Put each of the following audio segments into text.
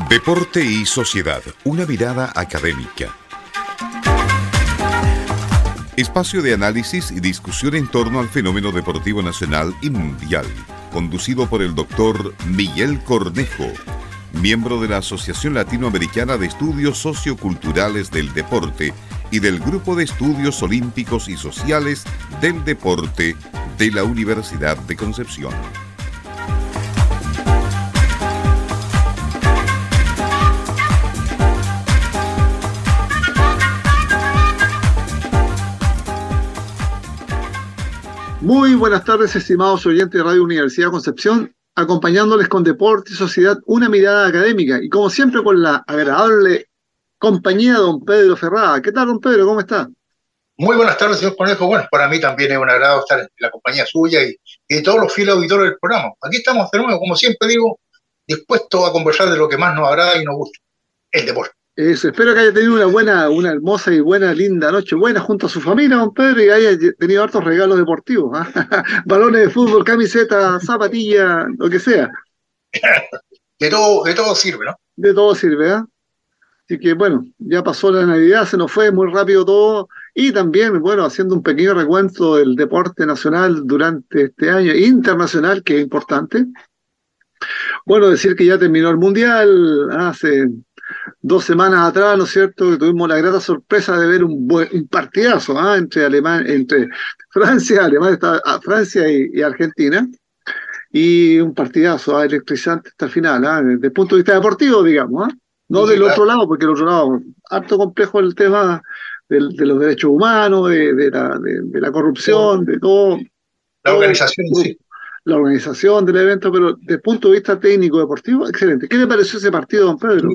Deporte y sociedad, una mirada académica. Espacio de análisis y discusión en torno al fenómeno deportivo nacional y mundial, conducido por el doctor Miguel Cornejo, miembro de la Asociación Latinoamericana de Estudios Socioculturales del Deporte y del Grupo de Estudios Olímpicos y Sociales del Deporte de la Universidad de Concepción. Muy buenas tardes, estimados oyentes de Radio Universidad Concepción, acompañándoles con Deporte y Sociedad, una mirada académica, y como siempre con la agradable compañía de don Pedro Ferrada. ¿Qué tal, don Pedro? ¿Cómo está? Muy buenas tardes, señor Cornejo. Bueno, para mí también es un agrado estar en la compañía suya y de todos los fieles auditores del programa. Aquí estamos de nuevo, como siempre digo, dispuestos a conversar de lo que más nos agrada y nos gusta, el deporte. Espero que haya tenido una hermosa y buena, linda noche buena junto a su familia, don Pedro, y haya tenido hartos regalos deportivos, ¿eh? Balones de fútbol, camiseta, zapatilla, lo que sea. De todo sirve, ¿no? De todo sirve, ¿eh? Así que bueno, ya pasó la Navidad, se nos fue muy rápido todo, y también, bueno, haciendo un pequeño recuento del deporte nacional durante este año, internacional, que es importante. Bueno, decir que ya terminó el Mundial hace 2 semanas atrás, ¿no es cierto?, que tuvimos la grata sorpresa de ver un partidazo, ¿eh? entre Francia, Francia y Argentina, y un partidazo electrizante hasta el final, desde el punto de vista deportivo, digamos, no Sí, del claro. otro lado, porque el otro lado, harto complejo el tema de los derechos humanos, de la corrupción, de todo. La organización en sí. La organización del evento, pero desde el punto de vista técnico deportivo, excelente. ¿Qué le pareció ese partido, don Pedro?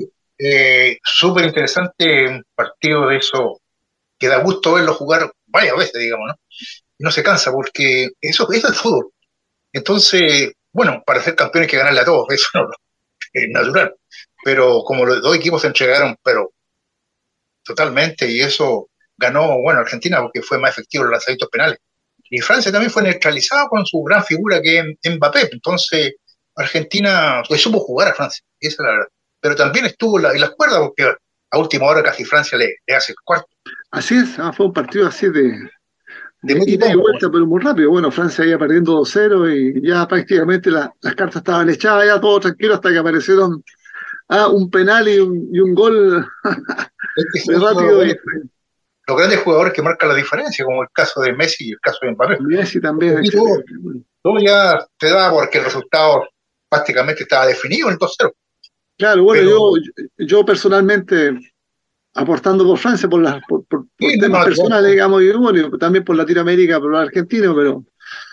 Súper interesante, un partido de eso que da gusto verlo jugar varias veces, digamos, ¿no? Y no se cansa porque eso es el fútbol. Entonces, bueno, para ser campeones hay que ganarle a todos, eso no, es natural. Pero como los dos equipos se entregaron, pero totalmente, y eso ganó, bueno, Argentina porque fue más efectivo en los lanzamientos penales. Y Francia también fue neutralizado con su gran figura que es Mbappé. Entonces, Argentina le supo jugar a Francia, y esa es la verdad. Pero también estuvo en las cuerdas, porque a última hora casi Francia le hace el cuarto. Así es, fue un partido así de ida y ping-pong, vuelta, pero muy rápido. Bueno, Francia iba perdiendo 2-0 y ya prácticamente las cartas estaban echadas, ya todo tranquilo, hasta que aparecieron un penal y un gol de rápido. Los grandes jugadores que marcan la diferencia, como el caso de Messi y el caso de Mbappé. Messi también. Y todo ya te da porque el resultado prácticamente estaba definido en el 2-0. Claro, bueno, yo personalmente aportando por Francia, por Sí, temas personales, digamos, y bueno, también por Latinoamérica, por los argentinos, pero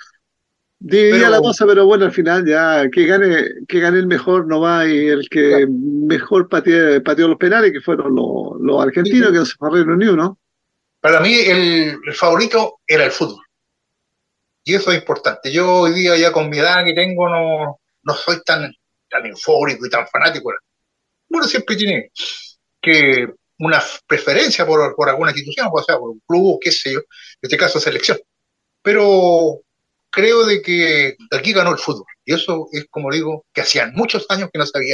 dividía la cosa, pero bueno, al final ya que gane el mejor no va, y el que mejor pateó los penales, que fueron los argentinos, sí, que no se barrieron ni uno. Para mí el favorito era el fútbol. Y eso es importante. Yo hoy día ya con mi edad que tengo no soy tan eufórico y tan fanático. Bueno, siempre tiene que una preferencia por alguna institución, o sea, por un club, qué sé yo, en este caso selección. Pero creo de que aquí ganó el fútbol. Y eso es, como digo, que hacían muchos años que no sabía.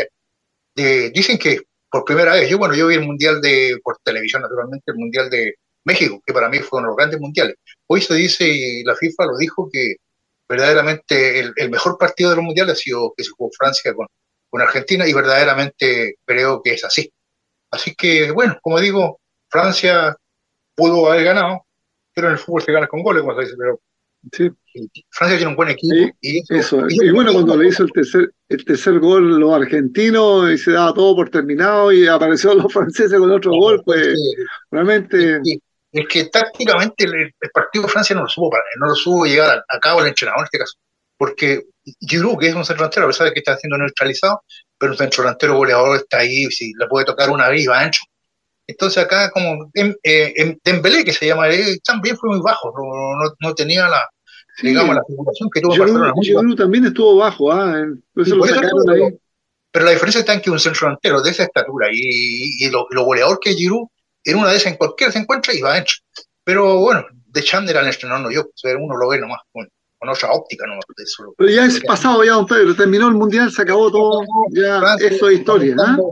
Dicen que por primera vez, yo vi el Mundial por televisión, naturalmente, el Mundial de México, que para mí fue uno de los grandes mundiales. Hoy se dice, y la FIFA lo dijo, que verdaderamente el mejor partido de los mundiales ha sido que se jugó Francia con Argentina, y verdaderamente creo que es así. Así que, bueno, como digo, Francia pudo haber ganado, pero en el fútbol se gana con goles, como se dice, pero sí. Francia tiene un buen equipo. Y bueno, cuando le hizo el tercer gol los argentinos y se daba todo por terminado y aparecieron los franceses con otro gol, pues realmente... Es que tácticamente el partido de Francia no lo supo llegar a cabo el entrenador en este caso, porque Giroud, que es un centro delantero, a pesar de que está siendo neutralizado, pero un centro delantero goleador está ahí, si le puede tocar una vez y va ancho. Entonces acá como Dembélé, que se llama, también fue muy bajo, no tenía la figuración que tuvo en Barcelona. Giroud también estuvo bajo, eso lo sacaron ahí. Pero la diferencia está en que un centro delantero de esa estatura y lo goleador que es Giroud, en una de esas en cualquiera se encuentra y va ancho. Pero bueno, de Chandler al estrenador no yo, uno lo ve nomás con otra óptica nomás. Pero ya es pasado ya, don Pedro, terminó el Mundial, se acabó todo, ya eso es historia.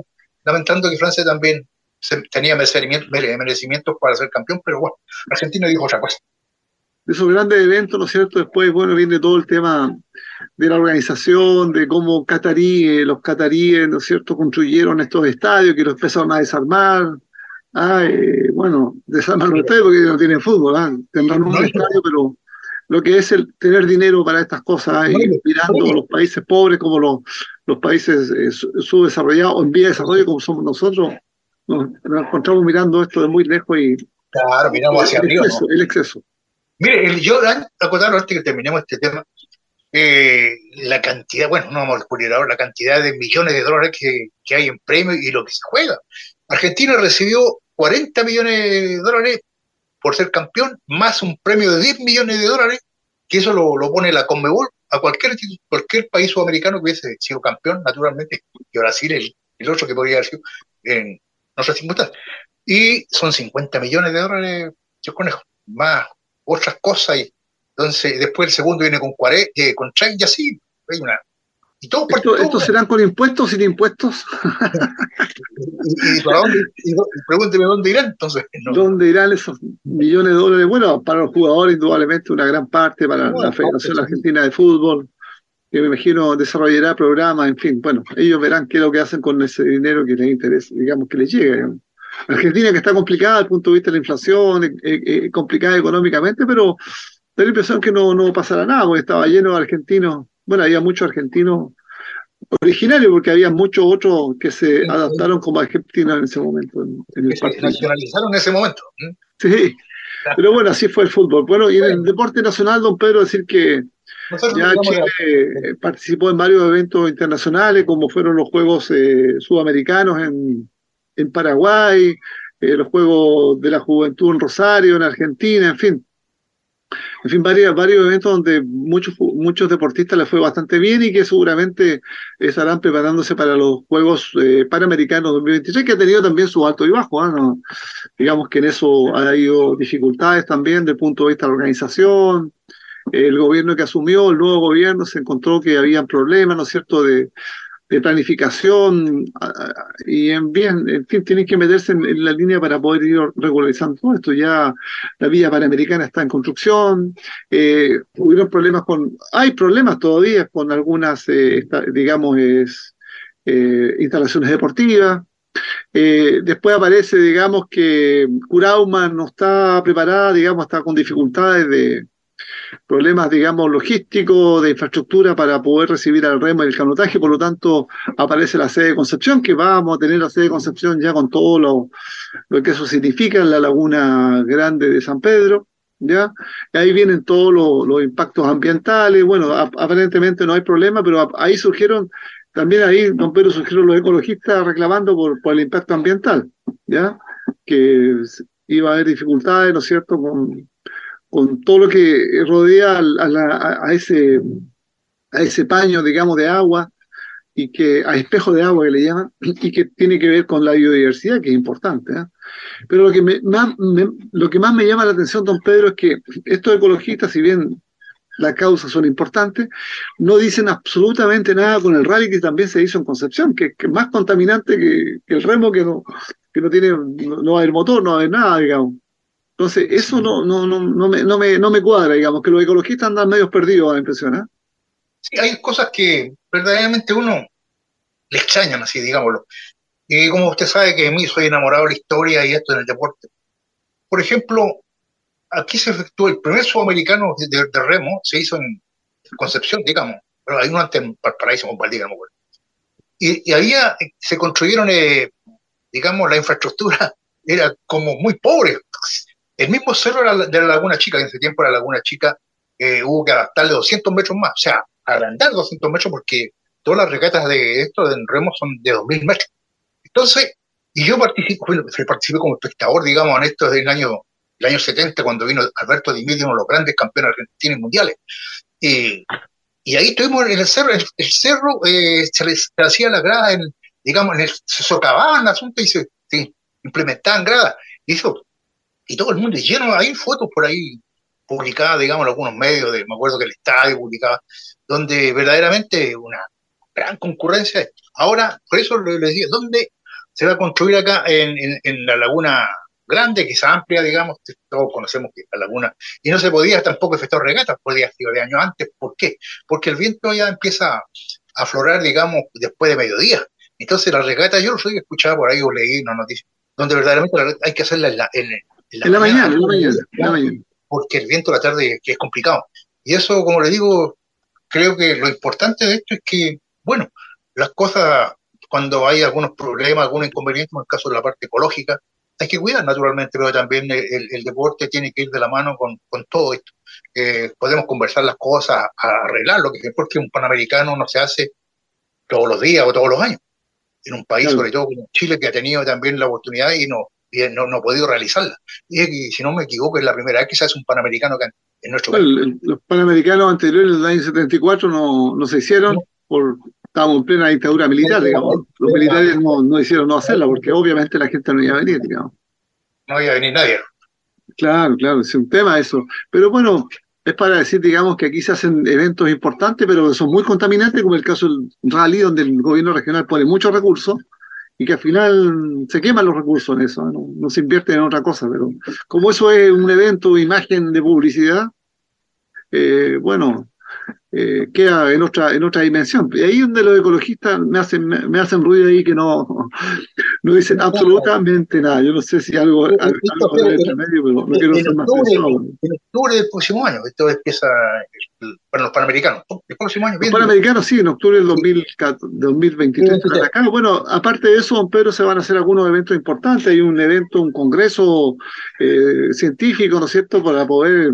lamentando que Francia también tenía merecimientos para ser campeón, pero bueno, Argentina dijo otra cosa. De esos grandes eventos, ¿no es cierto? Después, bueno, viene todo el tema de la organización, de cómo los cataríes, ¿no es cierto?, construyeron estos estadios que los empezaron a desarmar. Bueno, desarman los estadios porque no tienen fútbol, tendrán un estadio, pero lo que es el tener dinero para estas cosas, mirando los países pobres como los países subdesarrollados o en vía de desarrollo como somos nosotros, nos encontramos mirando esto de muy lejos y claro, miramos hacia arriba, ¿no? El exceso. Mire, yo acotaron antes que terminemos este tema, la cantidad, bueno, no vamos a descubrir ahora la cantidad de millones de dólares que hay en premios y lo que se juega. Argentina recibió 40 millones de dólares por ser campeón, más un premio de 10 millones de dólares, que eso lo pone la Conmebol a cualquier país sudamericano que hubiese sido campeón, naturalmente, y Brasil el otro que podría haber sido en otras circunstancias. Y son 50 millones de dólares, yo conejo, más otras cosas. Y entonces, después el segundo viene con 30 y así. Hay una, y todo ¿Estos serán con impuestos o sin impuestos? ¿Y para dónde? Pregúnteme dónde irán, entonces. No. ¿Dónde irán esos millones de dólares? Bueno, para los jugadores, indudablemente, una gran parte, para la Federación Argentina de Fútbol, que me imagino desarrollará programas, en fin. Bueno, ellos verán qué es lo que hacen con ese dinero que les interesa, digamos, que les llegue. Digamos. Argentina, que está complicada desde el punto de vista de la inflación, complicada económicamente, pero da la impresión que no pasará nada, porque estaba lleno de argentinos. Bueno, había muchos argentinos originarios, porque había muchos otros que se adaptaron como argentinos en ese momento. En el se nacionalizaron en ese momento. Sí, pero bueno, así fue el fútbol. Bueno, y en el deporte nacional, don Pedro, decir que ya Chile participó en varios eventos internacionales, como fueron los Juegos Sudamericanos en Paraguay, los Juegos de la Juventud en Rosario, en Argentina, en fin, varios eventos donde muchos deportistas les fue bastante bien y que seguramente estarán preparándose para los Juegos Panamericanos 2023, que ha tenido también su alto y bajo, ¿no? Digamos que en eso ha habido dificultades también desde el punto de vista de la organización. El gobierno que asumió, el nuevo gobierno, se encontró que había problemas, ¿no es cierto?, de planificación y en fin, tienen que meterse en la línea para poder ir regularizando todo esto. Ya la vía panamericana está en construcción, hay problemas todavía con algunas, instalaciones deportivas. Después aparece, digamos, que Curauma no está preparada, digamos, está con dificultades de problemas, digamos, logísticos, de infraestructura para poder recibir al remo y el canotaje, por lo tanto aparece la sede de Concepción, que vamos a tener la sede de Concepción ya con todo lo que eso significa en la Laguna Grande de San Pedro, ¿ya? Y ahí vienen todos los impactos ambientales, bueno, aparentemente no hay problema, pero ahí también, don Pedro, surgieron los ecologistas reclamando por el impacto ambiental, ¿ya? Que iba a haber dificultades, ¿no es cierto?, con todo lo que rodea a ese paño, digamos, de agua, y a espejo de agua que le llaman, y que tiene que ver con la biodiversidad, que es importante, ¿eh? Pero lo que más me llama la atención, don Pedro, es que estos ecologistas, si bien las causas son importantes, no dicen absolutamente nada con el rally que también se hizo en Concepción, que es más contaminante que el remo, que no va a haber motor, no va a haber nada, digamos. Entonces, eso no me cuadra, digamos, que los ecologistas andan medio perdidos, a la impresión, ¿eh? Sí, hay cosas que verdaderamente uno le extrañan, así, digámoslo. Y como usted sabe que a mí soy enamorado de la historia y esto en el deporte. Por ejemplo, aquí se efectuó el primer sudamericano de remo, se hizo en Concepción, digamos, pero hay uno antes en Valparaíso, digamos. Y se construyeron, digamos, la infraestructura era como muy pobre. El mismo cerro de la Laguna Chica, en ese tiempo la Laguna Chica hubo que adaptarle 200 metros más, o sea, agrandar 200 metros porque todas las regatas de esto de remo son de 2000 metros. Entonces, y yo participé como espectador, digamos, en esto desde el año 70, cuando vino Alberto Di Medio, uno de los grandes campeones argentinos mundiales. Y ahí estuvimos en el cerro, se hacía la grada, digamos, se socavaban el asunto y se implementaban gradas. Y todo el mundo lleno, hay fotos por ahí publicadas, digamos, en algunos medios, me acuerdo que el estadio publicaba, donde verdaderamente una gran concurrencia. Ahora, por eso le decía, se va a construir acá en la Laguna Grande, que es amplia, digamos, todos conocemos que es la laguna, y no se podía tampoco efectuar regatas, podía ser de años antes. ¿Por qué? Porque el viento ya empieza a aflorar, digamos, después de mediodía. Entonces la regata, yo lo soy escuchaba por ahí o leí una noticia, donde verdaderamente hay que hacerla en la mañana, en la mañana. Porque el viento a la tarde que es complicado. Y eso, como le digo, creo que lo importante de esto es que, bueno, las cosas, cuando hay algunos problemas, algunos inconvenientes, en el caso de la parte ecológica, hay que cuidar naturalmente, pero también el deporte tiene que ir de la mano con todo esto. Podemos conversar las cosas, arreglarlo, porque un Panamericano no se hace todos los días o todos los años. En un país, sobre todo como Chile, que ha tenido también la oportunidad y no ha podido realizarla. Y si no me equivoco, es la primera vez que se hace un Panamericano acá en nuestro país. Los Panamericanos anteriores del año 74 no se hicieron estábamos en plena dictadura militar, digamos. Los militares no hicieron no hacerla, porque obviamente la gente no iba a venir, digamos. No iba a venir nadie. Claro, es un tema eso. Pero bueno, es para decir, digamos, que aquí se hacen eventos importantes, pero son muy contaminantes, como el caso del rally, donde el gobierno regional pone muchos recursos, y que al final se queman los recursos en eso, no se invierte en otra cosa. Pero como eso es un evento, imagen de publicidad, bueno, queda en otra dimensión. Y ahí donde los ecologistas me hacen ruido ahí que no dicen absolutamente nada. Yo no sé si algo de entre medio, pero no quiero ser más pesado. En octubre del próximo año, esto empieza para los Panamericanos. El próximo año. Los Panamericanos sí, en octubre del 2023. Acá, bueno, aparte de eso, don Pedro, se van a hacer algunos eventos importantes. Hay un evento, un congreso científico, ¿no es cierto?, para poder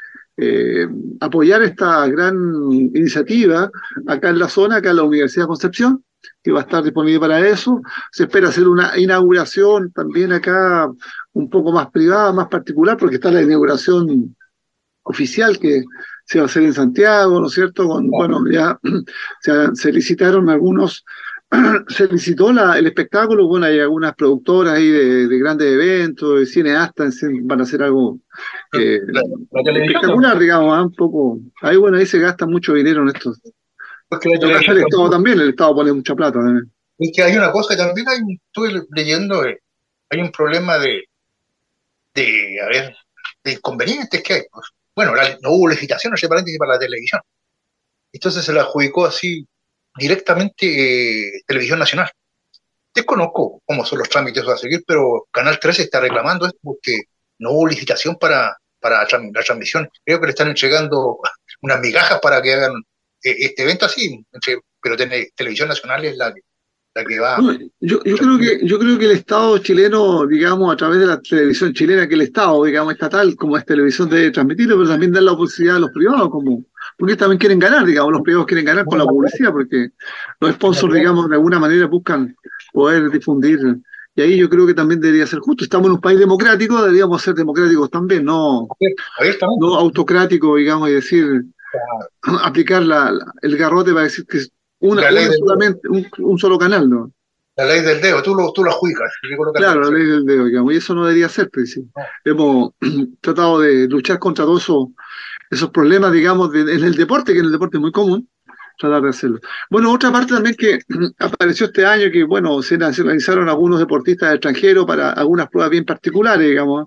apoyar esta gran iniciativa acá en la zona, acá en la Universidad de Concepción, que va a estar disponible para eso. Se espera hacer una inauguración también acá un poco más privada, más particular, porque está la inauguración oficial que se va a hacer en Santiago, ¿no es cierto? Bueno, ya se licitaron algunos, se licitó el espectáculo. Bueno, hay algunas productoras ahí de grandes eventos, de cineastas, van a hacer algo espectacular, digamos, un poco. Ahí, bueno, ahí se gasta mucho dinero en esto. El Estado también, el Estado pone mucha plata también. Es que hay una cosa, también estuve leyendo, hay un problema de inconvenientes que hay. Pues. Bueno, no hubo licitación, no sé, paréntesis, para la televisión. Entonces se la adjudicó así directamente Televisión Nacional. Desconozco cómo son los trámites a seguir, pero Canal 13 está reclamando esto porque no hubo licitación para la transmisión. Creo que le están entregando unas migajas para que hagan este evento así, pero Televisión Nacional es la que va. No, yo creo que el Estado chileno, digamos, a través de la televisión chilena, que el Estado, digamos, estatal, como es televisión, debe transmitirlo, pero también dar la publicidad a los privados, porque también quieren ganar, digamos, los privados quieren ganar con la publicidad, porque los sponsors, digamos, de alguna manera buscan poder difundir. Y ahí yo creo que también debería ser justo. Estamos en un país democrático, deberíamos ser democráticos también, no autocráticos, digamos, y decir, aplicar el garrote para decir que es solamente un solo canal, ¿no? La ley del dedo, tú lo adjudicas. Claro, la ley del dedo, digamos, y eso no debería ser, pues, sí. Hemos tratado de luchar contra todos esos problemas, digamos, en el deporte, que en el deporte es muy común, tratar de hacerlo. Bueno, otra parte también que apareció este año, que, bueno, se nacionalizaron algunos deportistas extranjeros para algunas pruebas bien particulares, digamos.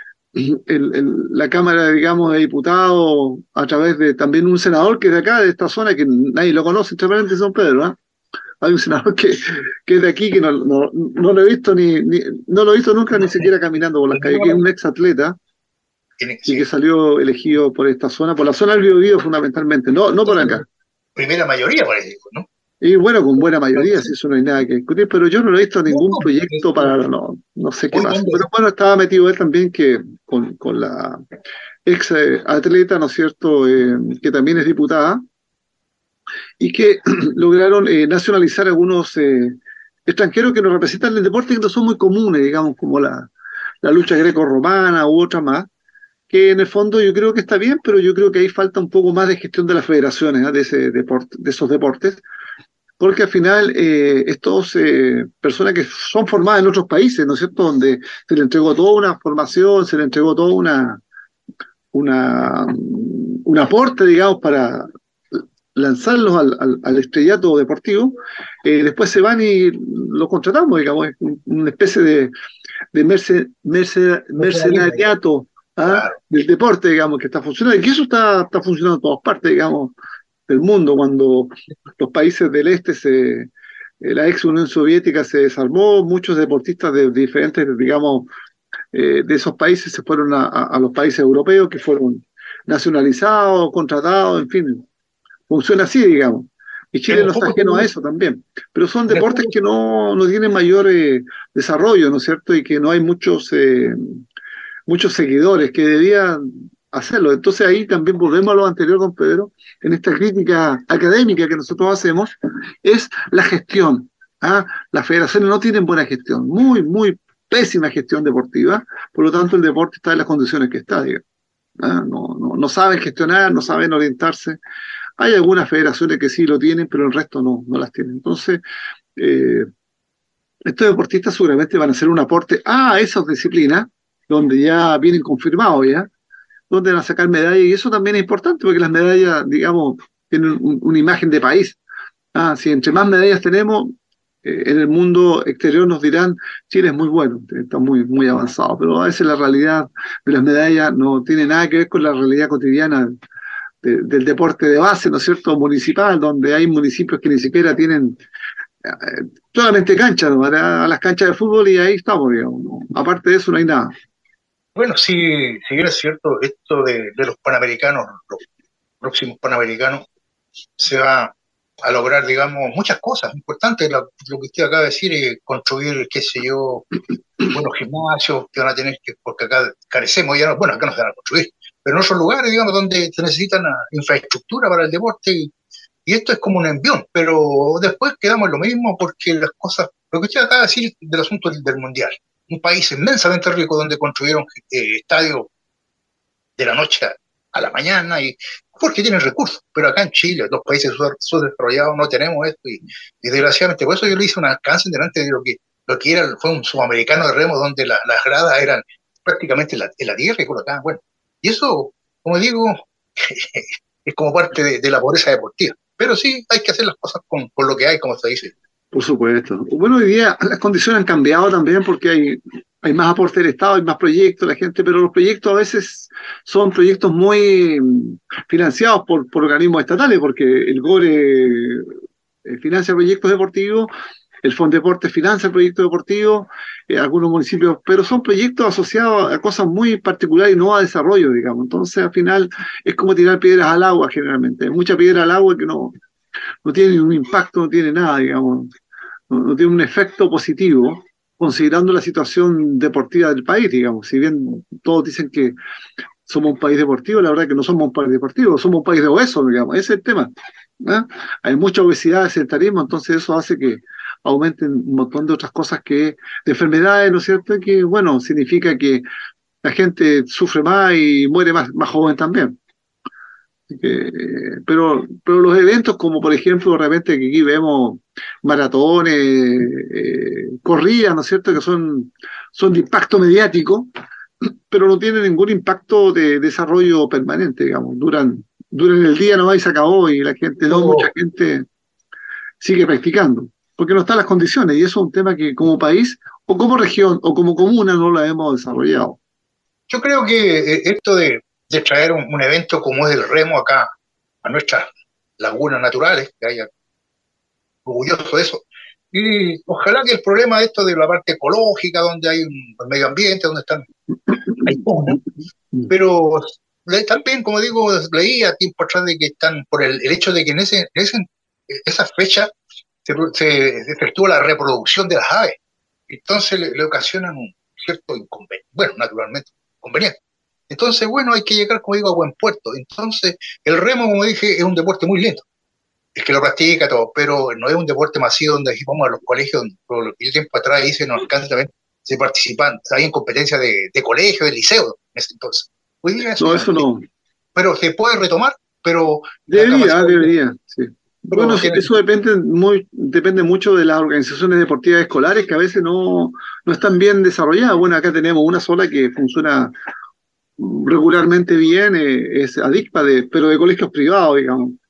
La Cámara, digamos, de Diputados, a través de también un senador que es de acá, de esta zona, que nadie lo conoce, entre paréntesis, San Pedro, ¿no? Hay un senador que es de aquí, que no lo he visto no lo he visto nunca, ni siquiera caminando por las calles, que es un ex atleta y que salió elegido por esta zona, por la zona del Biobío fundamentalmente, no por acá. Primera mayoría, parece, ¿no? Y bueno, con buena mayoría, si eso no hay nada que discutir, pero yo no he visto ningún proyecto para, no sé qué pasa. Pero bueno, estaba metido él también que con la ex atleta, ¿no es cierto?, que también es diputada, y que lograron nacionalizar algunos extranjeros que nos representan en el deporte, que no son muy comunes, digamos, como la lucha greco-romana u otra más, que en el fondo yo creo que está bien, pero yo creo que ahí falta un poco más de gestión de las federaciones, de esos deportes, porque al final estos personas que son formadas en otros países, ¿no es cierto?, donde se le entregó toda una formación, se le entregó todo un aporte, digamos, para lanzarlos al estrellato deportivo, después se van y los contratamos, digamos, es una especie de mercenariato, ¿ah? Claro. Del deporte, digamos, que está funcionando, y que eso está funcionando en todas partes, digamos, del mundo, cuando los países del este la ex Unión Soviética se desarmó, muchos deportistas de diferentes, digamos, de esos países se fueron a los países europeos, que fueron nacionalizados, contratados, en fin, funciona así, digamos. Y Chile En no el está fútbol, ajeno a eso también. Pero son en el deportes fútbol, que no tienen mayor desarrollo, ¿no es cierto? Y que no hay muchos seguidores que debían hacerlo. Entonces ahí también volvemos a lo anterior, don Pedro, en esta crítica académica que nosotros hacemos, es la gestión. ¿Ah? Las federaciones no tienen buena gestión, muy pésima gestión deportiva, por lo tanto el deporte está en las condiciones que está, digamos. ¿Ah? No saben gestionar, no saben orientarse. Hay algunas federaciones que sí lo tienen, pero el resto no las tienen. Entonces, eh, estos deportistas seguramente van a hacer un aporte a esas disciplinas, donde ya vienen confirmados ya, donde van a sacar medallas, y eso también es importante, porque las medallas, digamos, tienen una imagen de país. Si entre más medallas tenemos, en el mundo exterior nos dirán, Chile es muy bueno, está muy avanzado, pero a veces la realidad de las medallas no tiene nada que ver con la realidad cotidiana del deporte de base, ¿no es cierto?, municipal, donde hay municipios que ni siquiera tienen solamente canchas, ¿no? A las canchas de fútbol, y ahí estamos, digamos, ¿no? Aparte de eso no hay nada. bueno, sí, si bien es cierto, esto de los panamericanos, los próximos panamericanos, se va a lograr, digamos, muchas cosas importantes. Lo que usted acaba de decir, construir, qué sé yo, buenos gimnasios que van a tener que, porque acá carecemos, ya no, bueno, acá no se van a construir, pero en otros lugares, digamos, donde se necesitan infraestructura para el deporte, y esto es como un envión, pero después quedamos en lo mismo porque las cosas, lo que usted acaba de decir del asunto del Mundial, un país inmensamente rico donde construyeron estadios de la noche a la mañana, y porque tienen recursos, pero acá en Chile, los países subdesarrollados, no tenemos esto, y desgraciadamente, por eso yo le hice un alcance delante de lo que era, fue un sudamericano de remo, donde las gradas eran prácticamente en la tierra y colocaban, bueno, y eso, como digo, es como parte de la pobreza deportiva, pero sí hay que hacer las cosas con lo que hay, como se dice. Por supuesto. Bueno, hoy día las condiciones han cambiado también, porque hay más aporte del Estado, hay más proyectos, la gente, pero los proyectos a veces son proyectos muy financiados por organismos estatales, porque el GORE financia proyectos deportivos, el Fondeporte financia el proyecto deportivo, algunos municipios, pero son proyectos asociados a cosas muy particulares y no a desarrollo, digamos. Entonces, al final, es como tirar piedras al agua, generalmente. Hay mucha piedra al agua que no tiene un impacto, no tiene nada, digamos, no tiene un efecto positivo, considerando la situación deportiva del país, digamos. Si bien todos dicen que somos un país deportivo, la verdad que no somos un país deportivo, somos un país de obesos, digamos, ese es el tema. ¿Ah? Hay mucha obesidad, sedentarismo, entonces eso hace que aumenten un montón de otras cosas, de enfermedades, ¿no es cierto? Que, bueno, significa que la gente sufre más y muere más joven también. Pero los eventos, como por ejemplo, de repente que aquí vemos maratones, corridas, ¿no es cierto?, que son de impacto mediático, pero no tienen ningún impacto de desarrollo permanente, digamos. Duran el día nomás y se acabó, y la gente, no mucha Yo, gente sigue practicando, porque no están las condiciones, y eso es un tema que como país, o como región, o como comuna, no la hemos desarrollado. yo creo que esto de traer un evento como es el remo acá a nuestras lagunas naturales, que haya orgulloso de eso. Y ojalá que el problema de esto de la parte ecológica, donde hay un medio ambiente, donde están, hay todo, pero también, como digo, leía tiempo atrás de que están por el hecho de que esa fecha se efectúa la reproducción de las aves. Entonces le ocasionan un cierto inconveniente, bueno, naturalmente, inconveniente. Entonces, bueno, hay que llegar, como digo, a buen puerto. Entonces, el remo, como dije, es un deporte muy lento, el que lo practica todo, pero no es un deporte masivo donde aquí vamos a los colegios, donde, por lo que yo tiempo atrás hice, nos alcanza también, se participan, hay en competencias de colegio, de liceo, en ese entonces. Hoy día eso No, ya no eso existe, no. pero se puede retomar, pero la Debería, capacidad, debería, sí. Bueno, pero tiene, eso depende mucho de las organizaciones deportivas escolares, que a veces no están bien desarrolladas. Bueno, acá tenemos una sola que funciona regularmente bien, es ADICPA, pero de colegios privados, digamos.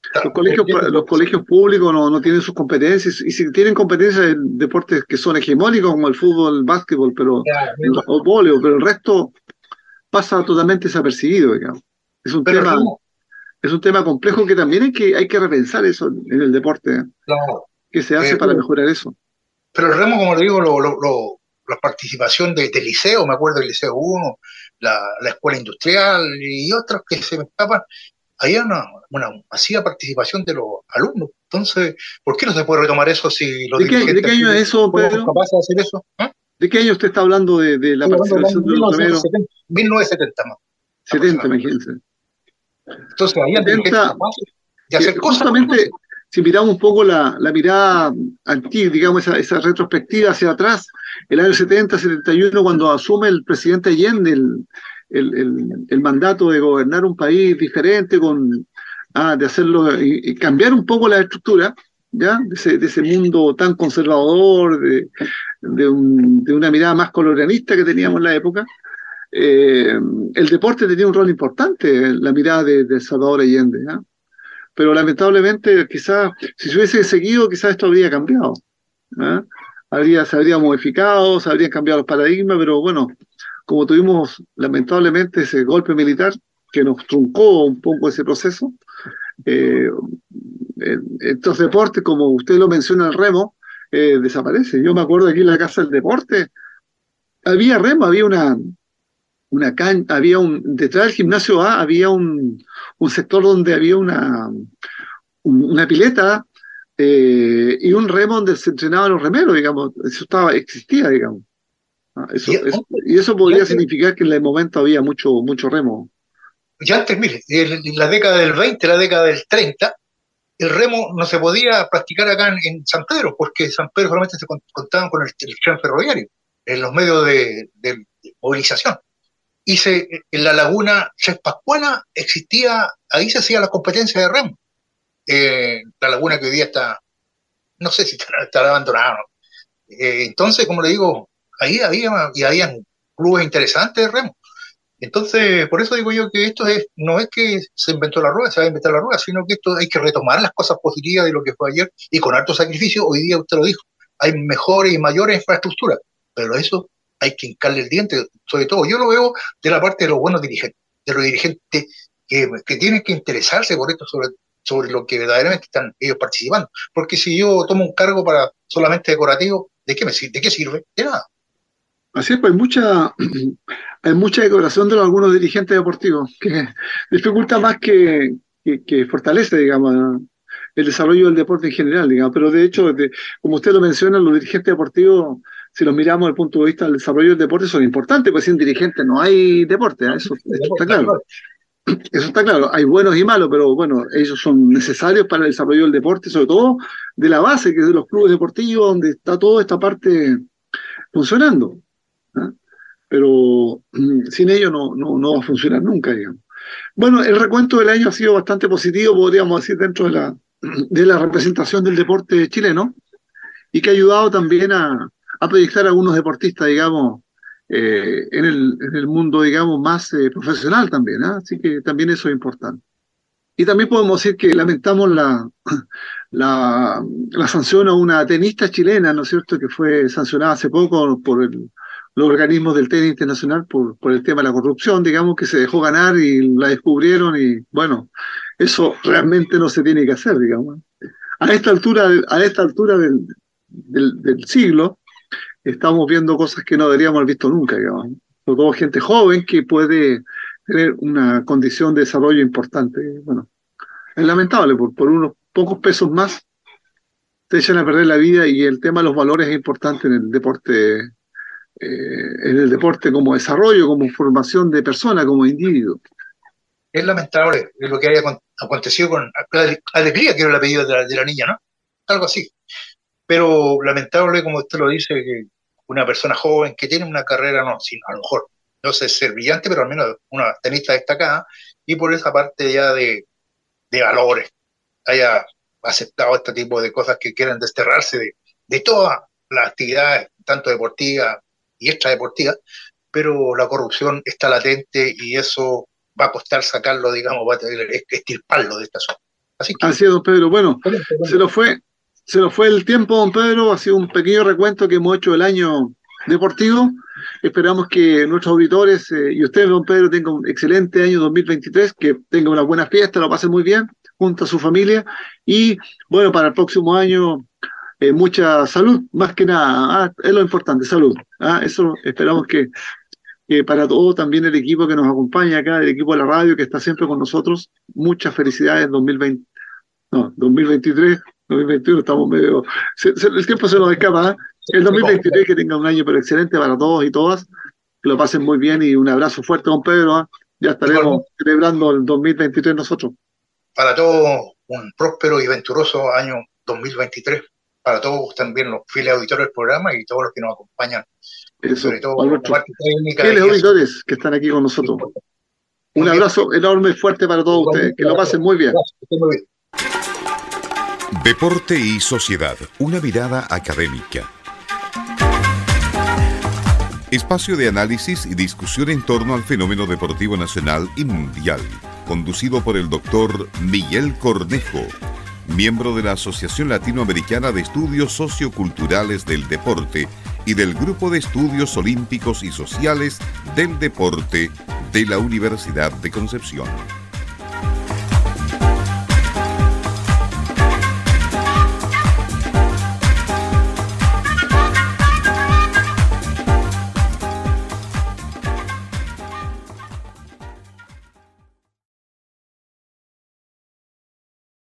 Claro, Los colegios públicos no tienen sus competencias, y si tienen competencias en deportes que son hegemónicos como el fútbol, el básquetbol, o voleibol, pero el resto pasa totalmente desapercibido, digamos. Es un pero tema, Remo, es un tema complejo que también hay que repensar eso en el deporte, ¿eh? no, ¿Qué se hace eh, para mejorar eso? pero el remo, como le digo, la participación de liceo, me acuerdo del Liceo 1, la Escuela Industrial y otros que se me escapan, había una masiva participación de los alumnos. Entonces, ¿por qué no se puede retomar eso si los De qué dirigentes año es eso, fuéramos Pedro? capaces de hacer eso? ¿Ah? ¿De qué año usted está hablando de la Estoy hablando del año participación de los remeros? 1970, 1970 más, 70, aproximadamente. imagínense. Entonces, había dirigentes 70, capaces de hacer cosas. justamente, si miramos un poco la mirada antigua, digamos, esa retrospectiva hacia atrás, el año 70, 71, cuando asume el presidente Allende el mandato de gobernar un país diferente, de hacerlo y cambiar un poco la estructura, ¿ya? De ese mundo tan conservador, de una mirada más colonialista que teníamos en la época. El deporte tenía un rol importante en la mirada de Salvador Allende, ¿ya? Pero lamentablemente quizás si se hubiese seguido, quizás esto habría cambiado, ¿eh? Se habría modificado, se habrían cambiado los paradigmas, pero bueno, como tuvimos lamentablemente ese golpe militar que nos truncó un poco ese proceso, eh, estos deportes, como usted lo menciona, el remo, desaparece. Yo me acuerdo aquí en la Casa del Deporte, había remo, había detrás del gimnasio A había un sector donde había una pileta, y un remo donde se entrenaban los remeros, digamos. Eso existía, digamos. Y antes, Y eso y podría antes, significar que en el momento había mucho remo. y antes, mire, en la década del 20, la década del 30, el remo no se podía practicar acá en San Pedro, porque en San Pedro solamente se contaban con el tren ferroviario, en los medios de movilización. En la laguna Tres Pascuana existía, ahí se hacía la competencia de remo. La laguna que hoy día está, no sé si estará abandonada, ¿no? Entonces, como le digo, ahí habían clubes interesantes de remo. Entonces, por eso digo yo que no es que se inventó la rueda, se va a inventar la rueda, sino que esto hay que retomar las cosas positivas de lo que fue ayer y con harto sacrificio, hoy día usted lo dijo, hay mejores y mayores infraestructuras, pero eso hay que hincarle el diente, sobre todo yo lo veo de la parte de los buenos dirigentes, de los dirigentes que tienen que interesarse por esto, sobre lo que verdaderamente están ellos participando, porque si yo tomo un cargo para solamente decorativo, ¿de qué sirve? De nada. Así es, pues hay mucha decoración de algunos dirigentes deportivos que dificulta más que fortalece, digamos, el desarrollo del deporte en general, digamos. Pero de hecho, como usted lo menciona, los dirigentes deportivos, si los miramos desde el punto de vista del desarrollo del deporte, son importantes, pues sin dirigentes no hay deporte, ¿eh? Esto está claro. Eso está claro. Hay buenos y malos, pero bueno, ellos son necesarios para el desarrollo del deporte, sobre todo de la base, que es de los clubes deportivos, donde está toda esta parte funcionando, ¿eh? Pero sin ello no va a funcionar nunca, digamos. Bueno, el recuento del año ha sido bastante positivo, podríamos decir, dentro de la representación del deporte chileno, y que ha ayudado también a proyectar a algunos deportistas, digamos, en el mundo, digamos, más profesional también, ¿eh? Así que también eso es importante. Y también podemos decir que lamentamos la sanción a una tenista chilena, ¿no es cierto?, que fue sancionada hace poco por los organismos del tenis internacional por el tema de la corrupción, digamos, que se dejó ganar y la descubrieron y bueno, eso realmente no se tiene que hacer, digamos. A esta altura del siglo, estamos viendo cosas que no deberíamos haber visto nunca, digamos. Sobre todo gente joven que puede tener una condición de desarrollo importante. Bueno, es lamentable, por unos pocos pesos más te echan a perder la vida, y el tema de los valores es importante en el deporte como desarrollo, como formación de persona, como individuo. Es lamentable lo que haya acontecido con Alegría, que era el apellido de la niña, ¿no? Algo así. Pero lamentable, como usted lo dice, que una persona joven que tiene una carrera, no, sí, a lo mejor no sé ser brillante, pero al menos una tenista destacada, y por esa parte ya de valores, haya aceptado este tipo de cosas que quieren desterrarse de todas las actividades, tanto deportivas y extradeportivas, pero la corrupción está latente y eso va a costar sacarlo, digamos, va a tener que extirparlo de esta zona. Así que, Así es, don Pedro. Bueno, se nos fue el tiempo, don Pedro. Ha sido un pequeño recuento que hemos hecho del año deportivo. Esperamos que nuestros auditores y usted, don Pedro, tengan un excelente año 2023, que tengan una buena fiesta, lo pasen muy bien junto a su familia. Y bueno, para el próximo año, mucha salud, más que nada. Es lo importante, salud. Eso esperamos que para todo también el equipo que nos acompaña acá, el equipo de la radio que está siempre con nosotros, muchas felicidades en 2020, no, 2023, 2021, estamos medio, el tiempo se nos escapa, el 2023 que tenga un año pero excelente para todos y todas, que lo pasen muy bien y un abrazo fuerte, don Pedro, ya estaremos celebrando el 2023 nosotros. Para todos, un próspero y venturoso año 2023, para todos también los fieles auditores del programa y todos los que nos acompañan. Eso, sobre todo la parte técnica. Fieles auditores que están aquí con nosotros. Un abrazo enorme y fuerte para todos ustedes. Que lo pasen muy bien. Deporte y sociedad. Una mirada académica. Espacio de análisis y discusión en torno al fenómeno deportivo nacional y mundial. Conducido por el doctor Miguel Cornejo, miembro de la Asociación Latinoamericana de Estudios Socioculturales del Deporte y del Grupo de Estudios Olímpicos y Sociales del Deporte de la Universidad de Concepción.